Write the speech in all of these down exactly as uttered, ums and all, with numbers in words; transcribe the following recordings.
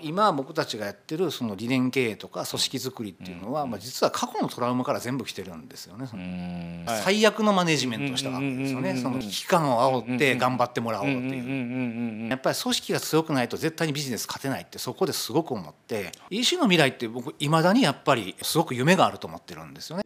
今僕たちがやってるその理念経営とか組織づくりっていうのは、まあ、実は過去のトラウマから全部来てるんですよね。その最悪のマネジメントをしたわけですよね。その危機感を煽って頑張ってもらおうっていう、やっぱり組織が強くないと絶対にビジネス勝てないってそこですごく思って、 イーシー の未来って僕いまだにやっぱりすごく夢があると思ってるんですよね。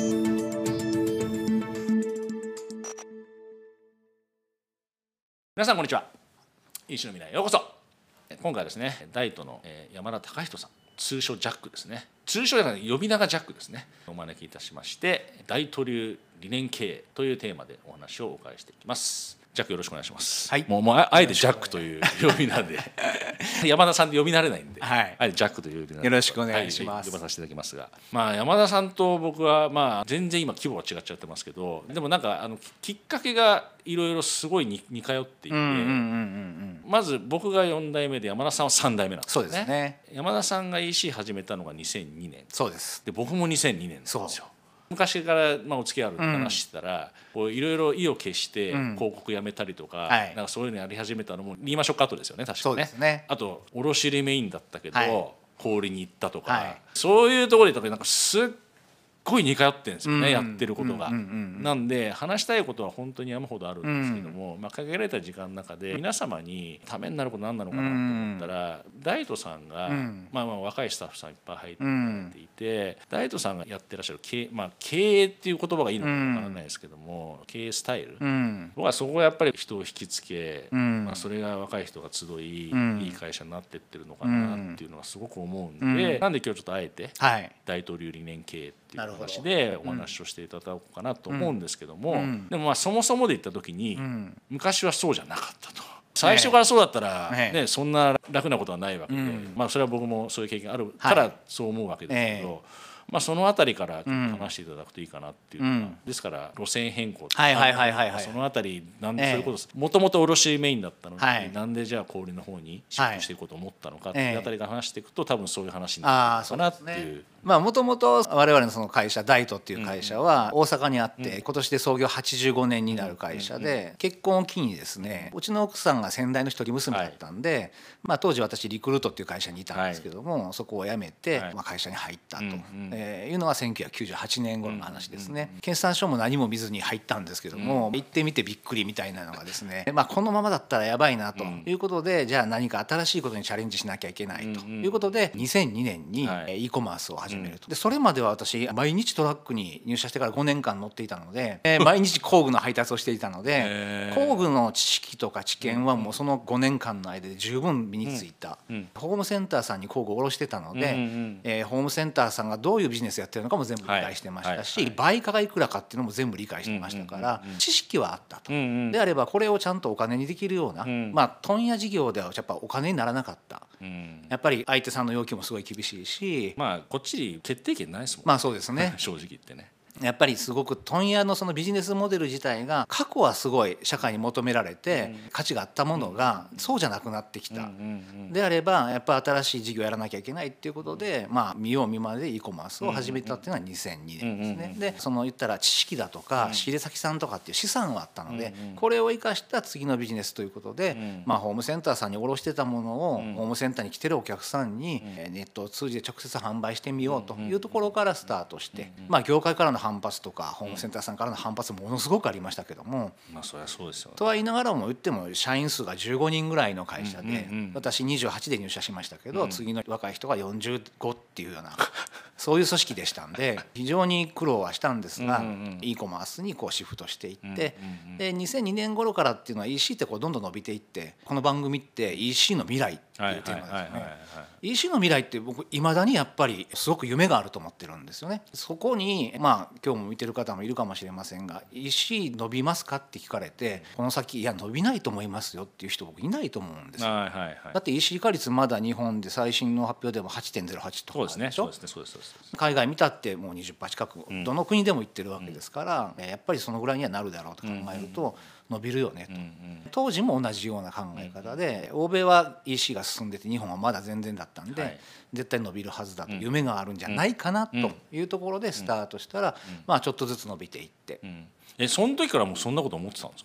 皆さんこんにちは。イーシー の未来へようこそ。今回はですね、ダイトの山田隆人さん、通称ジャックですね。通称じゃない、呼び名がジャックですね。お招きいたしまして、ダイト流理念経営というテーマでお話をお伺いしていきます。ジャックよろしくお願いします。 はい、 もうもうあえてジャックという呼び名で山田さんで呼び慣れないんで、はい、あえてジャックという呼び名でよろしくお願いします、 はい、呼ばさせていただきますが、まあ、山田さんと僕は、まあ、全然今規模が違っちゃってますけど、でもなんかあのきっかけがいろいろすごい似通っていて、まず僕がよん代目で山田さんはさん代目なんですね。 そうですね。 山田さんが イーシー 始めたのがにせんにねん。 そうです。 で僕もにせんにねんなんですよ。昔からまあお付き合いあるって話してたら、こういろいろ意を決して広告やめたりとか、なんかそういうのやり始めたのもリーマンショック後ですよね、確かに ね, ねあと卸売メインだったけど、はい、小売に行ったとか、はい、そういうところでなんかすっごい似通ってるんですよね、うん、やってることが、うんうんうん、なんで話したいことは本当に山ほどあるんですけども、うん、まあ、限られた時間の中で皆様にためになること何なのかなと思ったら、うん、ダイトさんが、うん、まあ、まあ若いスタッフさんいっぱい入っていただいていて、うん、ダイトさんがやってらっしゃる経営、まあ、経営っていう言葉がいいのかわからないですけども、うん、経営スタイル、うん、僕はそこがやっぱり人を引きつけ、うん、まあ、それが若い人が集い、うん、いい会社になってってるのかなっていうのはすごく思うんで、うん、なんで今日ちょっとあえて、はい、大統領理念経営っていう話でお話をしていただこうかなと思うんですけども、うん、でもまあそもそもで言った時に、うん、昔はそうじゃなかったと。最初からそうだったら、ねね、そんな楽なことはないわけで、うん、まあ、それは僕もそういう経験あるからそう思うわけですけど、はい、まあ、そのあたりから話していただくといいかなっていうのが、うん、ですから路線変更とか、そのあたりなんでそういうこともともと卸メインだったのに、はい、なんでじゃあ小売の方にシフトしていこうと思ったのかっていうあたりから話していくと多分そういう話になるのかなっていう。 まあもともと我々のその会社ダイトっていう会社は大阪にあって今年で創業はちじゅうごねんになる会社で、結婚を機にですね、うちの奥さんが先代の一人娘だったんで、まあ当時私リクルートっていう会社にいたんですけども、そこを辞めてまあ会社に入ったというのがせんきゅうひゃくきゅうじゅうはちねん頃の話ですね。決算書も何も見ずに入ったんですけども、行ってみてびっくりみたいなのがですね、まあこのままだったらやばいなということで、じゃあ何か新しいことにチャレンジしなきゃいけないということでにせんにねんに e コマースを始めると。でそれまでは私毎日トラックに入社してからごねんかん乗っていたので、えー、毎日工具の配達をしていたので工具の知識とか知見はもうそのごねんかんの間で十分身についた、うんうん、ホームセンターさんに工具を卸してたので、うんうん、えー、ホームセンターさんがどういうビジネスやってるのかも全部理解してましたし、はいはいはい、売価がいくらかっていうのも全部理解してましたから、うんうんうん、知識はあったと、うんうん、であればこれをちゃんとお金にできるような、うん、まあ問屋事業ではやっぱお金にならなかった、うん、やっぱり相手さんの要求もすごい厳しいし、 まあこっち決定権ないですもんね。 まあそうですね正直言ってね。 やっぱりすごく問屋のそのビジネスモデル自体が過去はすごい社会に求められて価値があったものがそうじゃなくなってきたであればやっぱ新しい事業やらなきゃいけないっていうことで、まあ見よう見まねで e コマースを始めたっていうのはにせんにねんですね。でその言ったら知識だとか仕入れ先さんとかっていう資産はあったので、これを生かした次のビジネスということで、まあホームセンターさんに卸してたものをホームセンターに来てるお客さんにネットを通じて直接販売してみようというところからスタートして、まあ業界からの反発とかホームセンターさんからの反発もものすごくありましたけども、 まあそりゃそうですよね。 とは言いながらも言っても社員数がじゅうごにんぐらいの会社で、私にじゅうはちで入社しましたけど、次の若い人がよんじゅうごっていうようなそういう組織でしたんで非常に苦労はしたんですが、e コマースにこうシフトしていって、でにせんにねん頃からっていうのは イーシー ってこうどんどん伸びていって、この番組って イーシー の未来っていうテーマですよね。イーシー の未来って僕いまだにやっぱりすごく夢があると思ってるんですよね。そこにまあ今日も見てる方もいるかもしれませんが イーシー 伸びますかって聞かれて、この先いや伸びないと思いますよっていう人僕いないと思うんですよ。だって イーシー 化率まだ日本で最新の発表でも はちてんゼロはち とかでしょ。海外見たってもう にじゅっパーセント 近くどの国でもいってるわけですから、やっぱりそのぐらいにはなるだろうと考えると伸びるよねと。当時も同じような考え方で、欧米は イーシー が進んでて日本はまだ全然だったんで、絶対伸びるはずだと、夢があるんじゃないかなというところでスタートしたら、まあちょっとずつ伸びていって、 えその時からもうそんなこと思ってたんですか？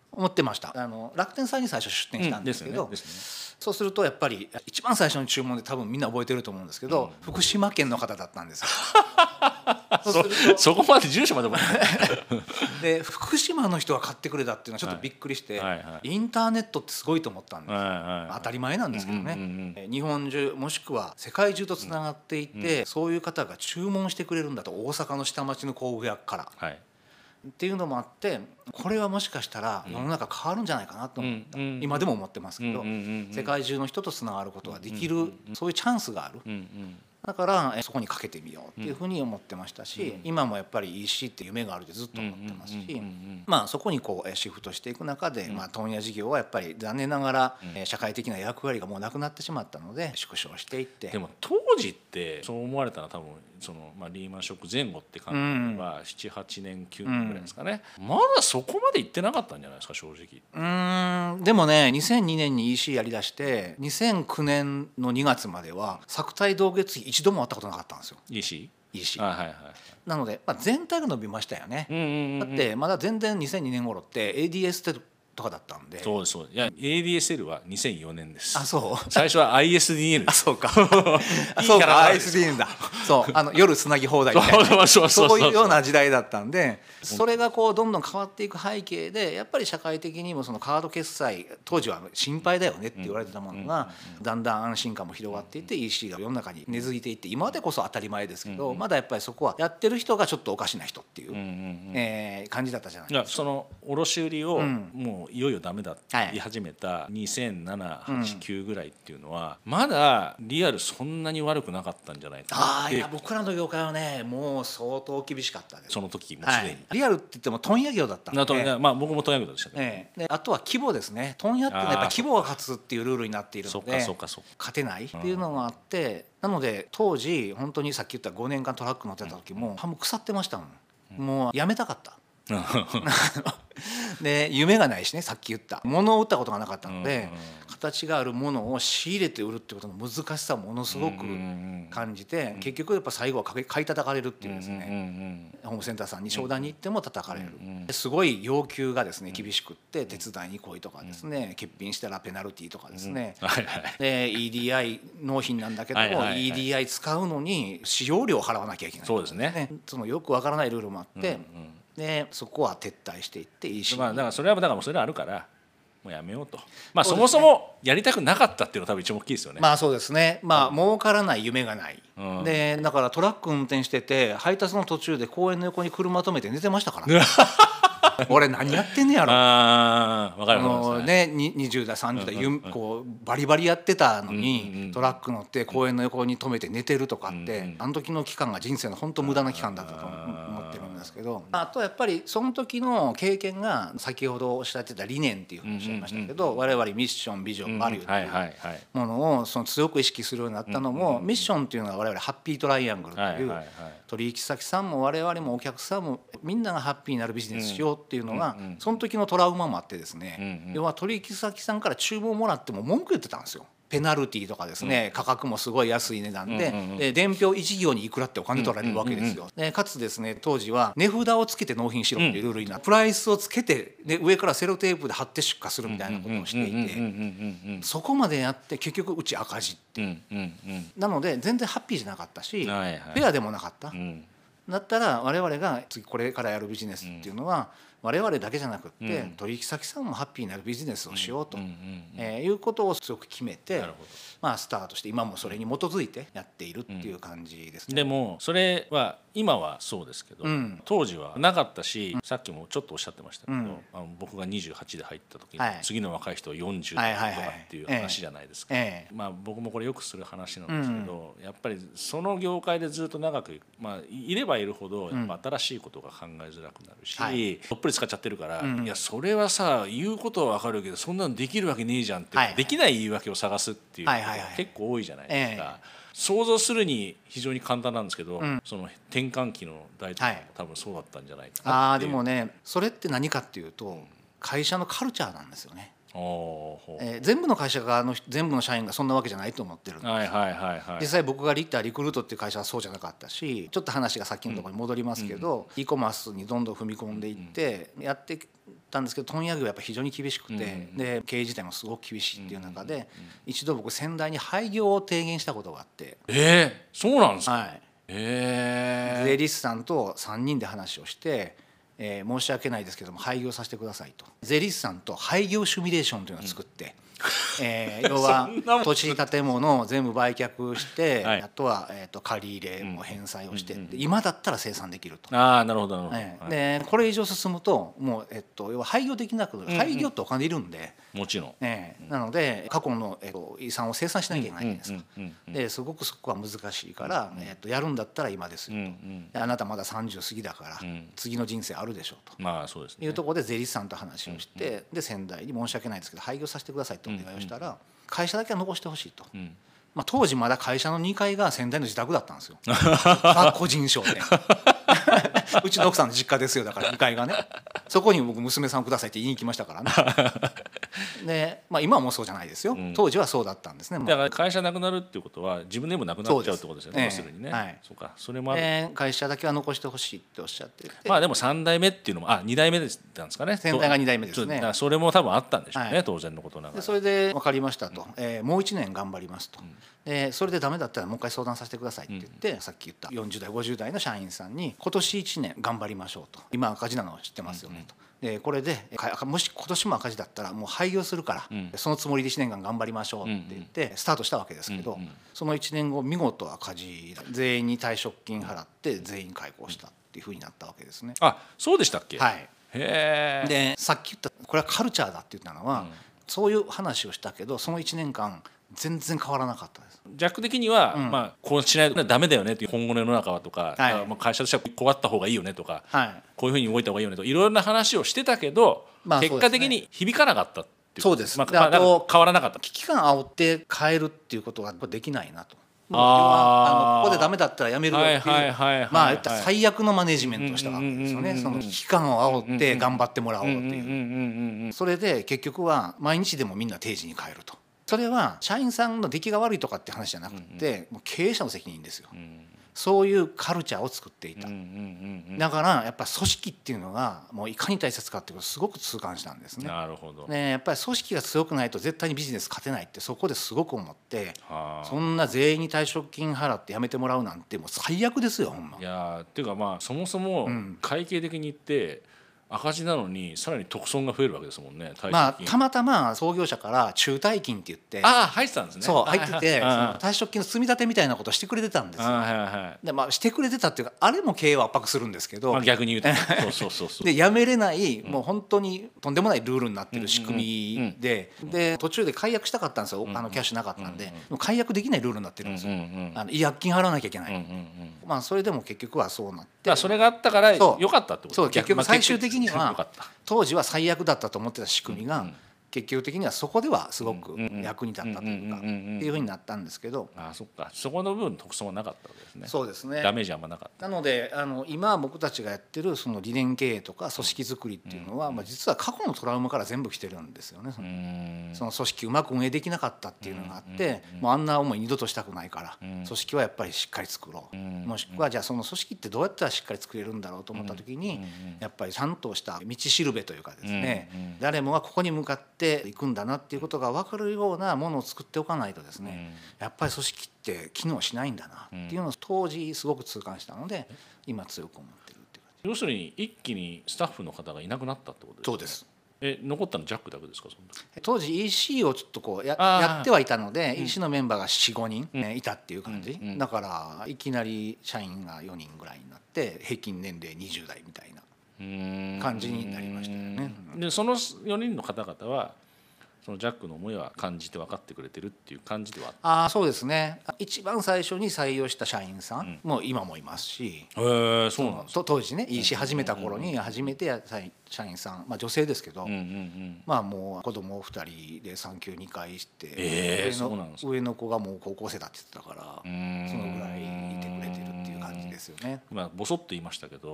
思ってました。あの楽天さんに最初出店したんですけど、うんですねですね、そうするとやっぱり一番最初の注文で多分みんな覚えてると思うんですけど、うん、福島県の方だったんですよ。 そ, そこまで住所まで覚えてで福島の人が買ってくれたっていうのはちょっとびっくりして、はいはいはい、インターネットってすごいと思ったんです、はいはいはい、当たり前なんですけどね、うんうんうん、日本中もしくは世界中とつながっていて、うん、そういう方が注文してくれるんだと、大阪の下町の工具屋から、はい、っていうのもあって、これはもしかしたら世の中変わるんじゃないかなと思った、うん、今でも思ってますけど、うんうんうん、世界中の人とつながることができる、うんうんうん、そういうチャンスがある、うんうん、だからそこにかけてみようっていうふうに思ってましたし、うん、今もやっぱり イーシー って夢があるってずっと思ってますし、まあそこにこうシフトしていく中で、まあ問屋事業はやっぱり残念ながら社会的な役割がもうなくなってしまったので縮小していって。 でも当時ってそう思われたのは多分その、まあ、リーマンショック前後って考えればななはちねんきゅうねんぐらいですかね、うん、まだそこまで行ってなかったんじゃないですか正直。 うーんでもねにせんにねんに イーシー やりだしてにせんきゅうねんのにがつまでは作体同月比一度もあったことなかったんですよイーシー？ イーシー、 はいはいはい、 なので、まあ、全体が伸びましたよね、うんうんうんうん、だってまだ全然にせんにねん頃って エーディーエス ってとかだったんで。 そうですそうです。いや エーディーエスエル はにせんよねんです。 あ、そう。 最初は アイエスディーエヌ です。 あ、そうか。あ、そうか アイエスディーエヌ だ。そうあの夜つなぎ放題みたいなそういうような時代だったんで、それがこうどんどん変わっていく背景でやっぱり社会的にもそのカード決済当時は心配だよねって言われてたものがだんだん安心感も広がっていって イーシー が世の中に根付いていって今でこそ当たり前ですけど、まだやっぱりそこはやってる人がちょっとおかしな人っていうえ感じだったじゃないですか。 その卸売をもういよいよダメだって言い始めたにせんなな、はち、きゅうぐらいっていうのはまだリアルそんなに悪くなかったんじゃないかな。 あ、いや僕らの業界はねもう相当厳しかったです。 その時もすでに、はい、 リアルって言っても問屋業だったんで、 まあ、僕も問屋業でしたけど、 ね、であとは規模ですね。問屋ってのはやっぱり規模が勝つっていうルールになっているので勝てないっていうのがあって、なので当時本当にさっき言ったごねんかんトラック乗ってた時もハム腐ってましたもん。もうやめたかったで夢がないしね、さっき言った物を売ったことがなかったので、形があるものを仕入れて売るってことの難しさをものすごく感じて、結局やっぱ最後は買い叩かれるっていうですね、ホームセンターさんに商談に行っても叩かれる、すごい要求がですね厳しくって、手伝いに来いとかですね、欠品したらペナルティーとかですね、で イーディーアイ 納品なんだけども イーディーアイ 使うのに使用料を払わなきゃいけない、 そうですね、 そのよくわからないルールもあって、でそこは撤退していっていいし、 まあ、だからそれはだからもうそれあるからもうやめようと、まあ、そもそもやりたくなかったっていうのは多分一番大きいですよね。 まあそうですね、まあ儲からない夢がない、うん、でだからトラック運転してて配達の途中で公園の横に車止めて寝てましたから俺何やってんねやろ。 ああ、分かりますね。にじゅう代さんじゅう代、うん、こうバリバリやってたのに、うんうん、トラック乗って公園の横に止めて寝てるとかって、うんうん、あの時の期間が人生の本当無駄な期間だったと思ってるんですけど、あとやっぱりその時の経験が先ほどおっしゃってた理念っていうふうにおっしゃいましたけど、うんうんうん、我々ミッションビジョンバリューっていうものをその強く意識するようになったのも、うんうん、ミッションっていうのは我々ハッピートライアングルという、はいはいはい、取引先さんも我々もお客さんもみんながハッピーになるビジネスしようっていうのが、うんうんうん、その時のトラウマもあってですね、うんうん、要は取引先さんから注文もらっても文句言ってたんですよ。ペナルティーとかですね、価格もすごい安い値段で、うんうんうん、で伝票いち行にいくらってお金取られるわけですよ、うんうんうん、でかつですね当時は値札をつけて納品しろっていうルールになって、うん、プライスをつけて、ね、上からセロテープで貼って出荷するみたいなことをしていて、そこまでやって結局うち赤字って、うんうんうん、なので全然ハッピーじゃなかったし、はいはい、フェアでもなかった、うん、だったら我々が次これからやるビジネスっていうのは、我々だけじゃなくって、うん、取引先さんもハッピーになるビジネスをしようと、うんうんうんえー、いうことを強く決めて、まあ、スタートして今もそれに基づいてやっているっていう感じですね、 うん、でもそれは今はそうですけど、うん、当時はなかったし、うん、さっきもちょっとおっしゃってましたけど、うん、あの僕がにじゅうはちで入った時に、はい、次の若い人はよんじゅう代とかっていう話じゃないですか、ええまあ、僕もこれよくする話なんですけど、うん、やっぱりその業界でずっと長く、まあ、いればいるほどやっぱ新しいことが考えづらくなるし、うんはい、どっぷり使っちゃってるから、うん、いやそれはさ言うことは分かるけどそんなのできるわけねえじゃんって、はいはい、できない言い訳を探すっていうのが結構多いじゃないですか、はいはいはいええ、想像するに非常に簡単なんですけど、うん、その転換期の大統領も多分そうだったんじゃないかなっていう、 はい、あでもねそれって何かっていうと会社のカルチャーなんですよね。えー、全部の会社がの全部の社員がそんなわけじゃないと思ってるんです、はいはいはいはい、実際僕がリッターリクルートっていう会社はそうじゃなかったし、ちょっと話がさっきのところに戻りますけど、うん、e コマースにどんどん踏み込んでいってやってたんですけど問屋業はやっぱ非常に厳しくて、うん、で経営自体もすごく厳しいっていう中で、うん、一度僕先代に廃業を提言したことがあって。 えー、そうなんですか。 はい、えー、税理士さんとさんにんで話をして、えー、申し訳ないですけども廃業させてくださいと。税理士さんと廃業シミュレーションというのを作って、うんえー、要は土地建物を全部売却して、はい、あとは、えー、と借り入れも返済をして、うんうんうん、今だったら生産できると。 ああなるほどなるほど、 えー、でこれ以上進むともう、えっと、要は廃業できなく、うんうん、廃業ってお金いるんでもちろん、 えー、なので過去の、えっと、遺産を生産しなきゃいけないじゃないですか。ですごくそこは難しいから、うんうん、えー、とやるんだったら今ですよと、うんうん、あなたまださんじゅう過ぎだから、うん、次の人生あるでしょうと、 まあそうですね、 いうところで税理士さんと話をして、うんうん、で先代に申し訳ないですけど廃業させてくださいとお願いをしたら、うんうん、会社だけは残してほしいと、うん、まあ、当時まだ会社のにかいが先代の自宅だったんですよ個人商店うちの奥さんの実家ですよ。だからにかいがねそこに僕娘さんくださいって言いに行きましたからねで、まあ、今はもうそうじゃないですよ、うん、当時はそうだったんですね。 だから会社なくなるっていうことは自分でもなくなっちゃうってことですよね。要するにね、はい、そうか、それもある、 えー、会社だけは残してほしいっておっしゃってて、 まあでもさん代目っていうのもあに代目だったんですかね。 先代がに代目ですね。 だからそれも多分あったんでしょうね、はい、当然のことながら。 でそれで分かりましたと、うん、えー、もういちねん頑張りますと、うん、でそれでダメだったらもう一回相談させてくださいって言って、うん、さっき言ったよんじゅう代ごじゅう代の社員さんに今年いちねん頑張りましょうと、今赤字なのを知ってますよねと、うんうん、でこれでもし今年も赤字だったらもう廃業するから、うん、そのつもりでいちねんかん頑張りましょうって言ってスタートしたわけですけど、うんうん、そのいちねんご見事赤字、全員に退職金払って全員解雇したっていうふうになったわけですね。 あ、そうでしたっけ。 はい。 へー。 でさっき言ったこれはカルチャーだって言ったのは、うん、そういう話をしたけどそのいちねんかん全然変わらなかったです。 ジャック的には、うん、まあ、こうしないとダメだよねっていう今後の世の中はとか、はい、まあ会社としてはこうあった方がいいよねとか、はい、こういうふうに動いた方がいいよねといろいろな話をしてたけど、まあ、結果的に響かなかったっていう。 そうです。 まあ、あと変わらなかった。 危機感煽って変えるっていうことができないなと。ああのここでダメだったらやめるよっていう、まあ言った最悪のマネジメントをしたわけですよね。その危機感を煽って頑張ってもらおうっていう。それで結局は毎日でもみんな定時に帰ると。それは社員さんの出来が悪いとかって話じゃなくて、もう経営者の責任ですよ。そういうカルチャーを作っていた。だからやっぱり組織っていうのがもういかに大切かっていうことをすごく痛感したんですね。 なるほど。 ね、やっぱり組織が強くないと絶対にビジネス勝てないってそこですごく思って、そんな全員に退職金払って辞めてもらうなんてもう最悪ですよほんま。 いやっていうかまあそもそも会計的に言って、赤字なのにさらに特損が増えるわけですもんね。 まあたまたま創業者から中退金って言って、 ああ入ってたんですね。 そう入ってて、その退職金の積み立てみたいなことをしてくれてたんですよ。でまあしてくれてたっていうかあれも経営を圧迫するんですけど、 まあ逆に言うとそうそうそうそう。 でやめれないもう本当にとんでもないルールになってる仕組みで、で途中で解約したかったんですよ。あのキャッシュなかったんで、でも解約できないルールになってるんですよ。あの違約金払わなきゃいけない。まあそれでも結局はそうなって、 それがあったから良かったってこと。 そう結局最終的には当時は最悪だったと思ってた仕組みが結局的にはそこではすごく役に立ったというかっていうふうになったんですけど、 ああそっか、そこの部分特損はなかったわけですね。 そうですね。 ダメージはあんまなかった。 なのであの今僕たちがやってるその理念経営とか組織づくりっていうのは、まあ実は過去のトラウマから全部来てるんですよね。そのその組織うまく運営できなかったっていうのがあって、もうあんな思い二度としたくないから組織はやっぱりしっかり作ろう、もしくはじゃあその組織ってどうやったらしっかり作れるんだろうと思った時に、やっぱりちゃんとした道しるべというかですね、誰もがここに向かっていくんだなっていうことが分かるようなものを作っておかないとですね、やっぱり組織って機能しないんだなっていうのを当時すごく痛感したので、今強く思ってるっていう感じ。 要するに一気にスタッフの方がいなくなったってことですか。 そうです。 え残ったのジャックだけですか。その当時 イーシー をちょっとこう や, やってはいたので、うん、イーシー のメンバーが よん,ご 人、うん、いたっていう感じ、うんうん、だからいきなり社員がよにんぐらいになって平均年齢にじゅう代みたいな感じになりましたよね。 でそのよにんの方々はそのジャックの思いは感じて分かってくれてるっていう感じではああそうですね。一番最初に採用した社員さんも今もいますし、 うん、へえそうなんですか。 当時ね イーシー 始めた頃に初めて社員さん、まあ、女性ですけど、うんうんうん、まあもう子供ふたりで産休にかいして、 えー、 上の、上の子がもう高校生だって言ってたから、そのぐらいいてくれてるっていう感じですよね。 まあボソッと言いましたけど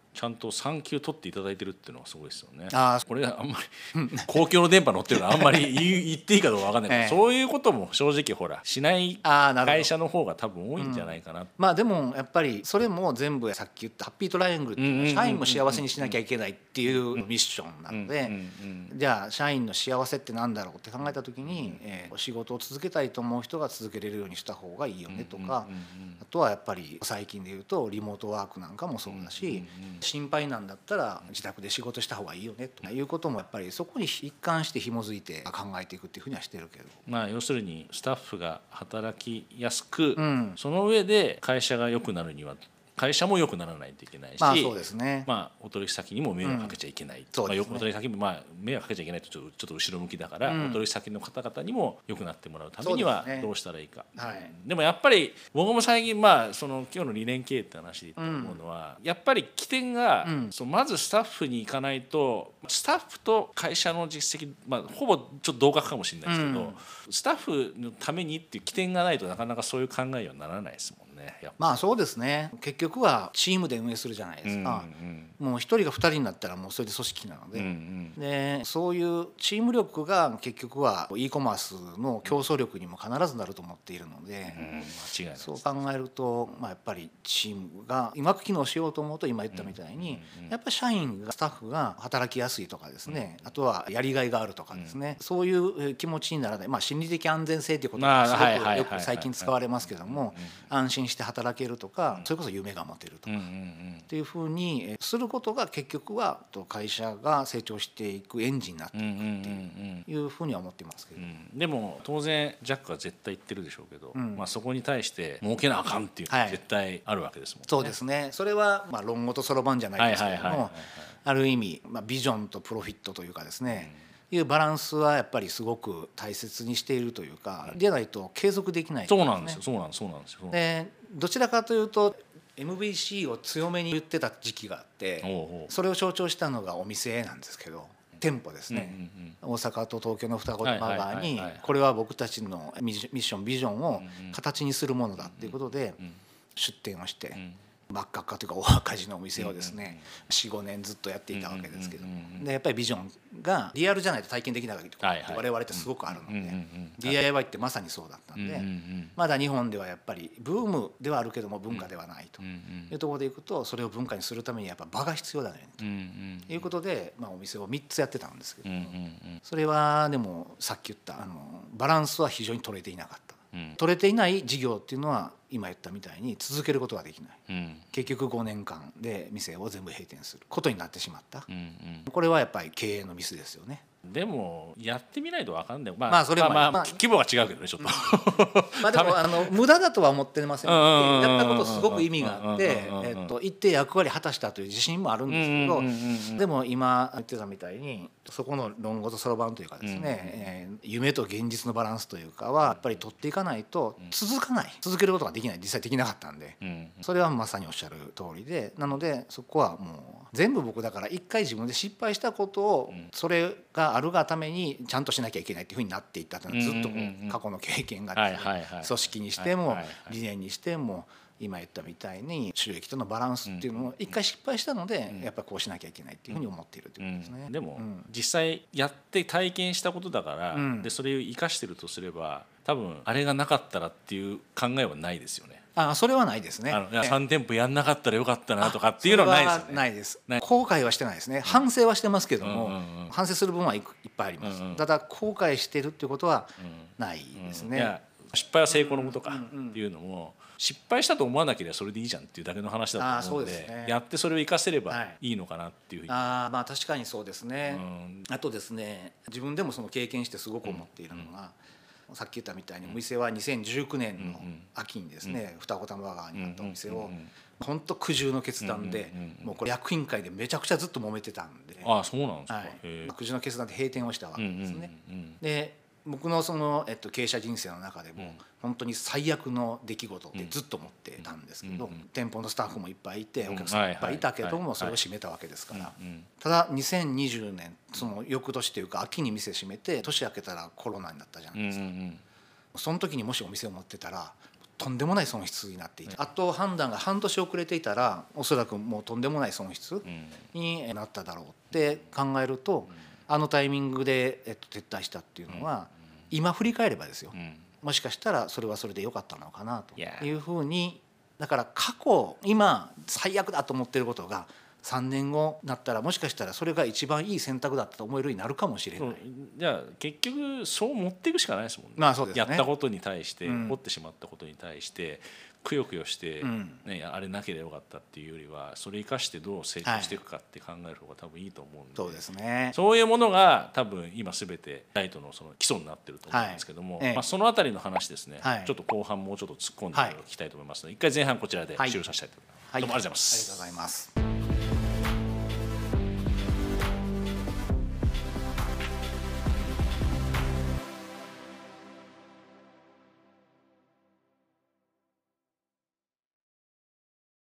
ちゃんと産休取っていただいてるっていうのはすごいですよね。 あこれあんまり公共の電波乗ってるのはあんまり言っていいかどうか分かんないけど、ええ、そういうことも正直ほらしない会社の方が多分多いんじゃないかな、うん、 まあでもやっぱりそれも全部さっき言ったハッピートライアングルっていうのは社員も幸せにしなきゃいけないっていうミッションなので、じゃあ社員の幸せってなんだろうって考えた時に、えー、仕事を続けたいと思う人が続けれるようにした方がいいよねとか、あとはやっぱり最近で言うとリモートワークなんかもそうだし、心配なんだったら自宅で仕事した方がいいよねということもやっぱりそこに一貫して紐づいて考えていくっていうふうにはしてるけど、 まあ要するにスタッフが働きやすく、うん、その上で会社が良くなるには会社も良くならないといけないし、 まあそうですね、 まあお取引先にも迷惑かけちゃいけない、うん、まあ、お取引先もまあ迷惑かけちゃいけないとちょっとちょっと後ろ向きだから、うん、お取引先の方々にも良くなってもらうためにはどうしたらいいか、で、ね、はい、でもやっぱり僕も最近まあその今日の理念経営って話で言って思うのは、うん、やっぱり起点が、うん、そうまずスタッフに行かないと、スタッフと会社の実績、まあ、ほぼちょっと同格かもしれないですけど、うん、スタッフのためにっていう起点がないとなかなかそういう考えにはならないですもんね。 まあそうですね、結局はチームで運営するじゃないですか、うんうん、もう一人が二人になったらもうそれで組織なので、うんうん、でそういうチーム力が結局は e コマースの競争力にも必ずなると思っているので、うん、間違いない。そう考えると、まあ、やっぱりチームがうまく機能しようと思うと今言ったみたいに、うんうん、やっぱり社員がスタッフが働きやすいとかですね、うん、あとはやりがいがあるとかですね、うん、そういう気持ちにならない、まあ、心理的安全性ということがすごくよく最近使われますけども、安心して働けるとか、それこそ夢が持てるとかっていうふうにすることが結局は会社が成長していくエンジンになっていくっていうふうには思ってますけど、うん、 でも当然ジャックは絶対言ってるでしょうけど、うん、まあ、そこに対して儲けなあかんっていうのは絶対あるわけですもんね。 そうですね、それはまあ論語とそろばんじゃないですけども、ある意味、まあ、ビジョンとプロフィットというかですね、うん、いうバランスはやっぱりすごく大切にしているというか、でないと継続できない、ね、 そうなんですよ、そうなんです、そうなんですよ。 でどちらかというと エムブイシー を強めに言ってた時期があって、おうおう、それを象徴したのがお店なんですけど、店舗ですね、うんうんうん、大阪と東京の二子玉川にこれは僕たちのミッションビジョンを形にするものだっていうことで出店をして、うんうん、真っ赤っかというか大赤字のお店をですね よん,ご 年ずっとやっていたわけですけど、でやっぱりビジョンがリアルじゃないと体験できないと我々ってすごくあるので、 ディーアイワイ ってまさにそうだったんで、まだ日本ではやっぱりブームではあるけども文化ではないというところでいくと、それを文化にするためにやっぱ場が必要だねということで、まあお店をみっつやってたんですけど、それはでもさっき言ったあのバランスは非常に取れていなかった。うん、取れていない事業っていうのは今言ったみたいに続けることができない、うん、結局ごねんかんで店を全部閉店することになってしまった、うんうん、これはやっぱり経営のミスですよね。 でもやってみないと分かんない、まあ、 まあそれはまあまあ規模が違うけどねちょっと、 うん、まあでもあの無駄だとは思ってませんので、やったことすごく意味があって、えっと一定役割果たしたという自信もあるんですけど、でも今言ってたみたいにそこの論語とそろばんというかですね、うんえー、夢と現実のバランスというかはやっぱり取っていかないと続かない、続けることができない、実際できなかったんで、それはまさにおっしゃる通りで、なのでそこはもう全部僕だから一回自分で失敗したことをそれがあるがためにちゃんとしなきゃいけないっていうふうになっていったというのはずっとこう過去の経験がですね、組織にしても理念にしても今言ったみたいに収益とのバランスっていうのを一回失敗したのでやっぱりこうしなきゃいけないっていうふうに思っているということですね。 でも実際やって体験したことだからでそれを生かしてるとすれば多分あれがなかったらっていう考えはないですよね。 あ、それはないですね。 あのいやさん店舗やんなかったらよかったなとかっていうのはないですよね。 ないです。後悔はしてないですね。反省はしてますけども、うんうんうん、反省する分はいっぱいあります、うんうん、ただ後悔してるっていうことはないですね、うんうん、いや失敗は成功のもとかっていうのも失敗したと思わなければそれでいいじゃんっていうだけの話だと思うので、ね、やってそれを生かせればいいのかなっていうふうに、 はい、あまあ確かにそうですね、うん、あとですね自分でもその経験してすごく思っているのが、うんうん、さっき言ったみたいにお店はにせんじゅうきゅうねんの秋にですね、うん、二子玉川にあったお店を本当苦渋の決断で、うんうんうん、もうこれ役員会でめちゃくちゃずっと揉めてたんで、 ああそうなんですか、はい、 苦渋の決断で閉店をしたわけですね、うんうんうん、で僕のその、えっと、経営者人生の中でも、うん、本当に最悪の出来事ってずっと思ってたんですけど、うんうん、店舗のスタッフもいっぱいいてお客さんもいっぱいいたけどもそれを閉めたわけですから、うんうん、ただにせんにじゅうねんその翌年というか秋に店閉めて年明けたらコロナになったじゃないですか、うんうんうん、その時にもしお店を持ってたらとんでもない損失になっていて、あと判断が半年遅れていたらおそらくもうとんでもない損失になっただろうって考えると、あのタイミングで、えっと、撤退したっていうのは、今振り返ればですよ、もしかしたらそれはそれで良かったのかなというふうに。だから過去今最悪だと思ってることがさんねんごになったら、もしかしたらそれが一番いい選択だったと思えるようになるかもしれない。 じゃあ結局そう持っていくしかないですもんね。 まあそうですね。 やったことに対して、うん、起こってしまったことに対してくよくよして、うんね、あれなければよかったっていうよりは、それ生かしてどう成長していくかって考える方が多分いいと思うんで、 そうですね。 そういうものが多分今すべてダイトのその基礎になってると思うんですけども、はい、まあ、そのあたりの話ですね、はい、ちょっと後半もうちょっと突っ込んでいきたいと思いますので、一回前半こちらで終了させたいと思います。はい、どうもありがとうございます。 ありがとうございます。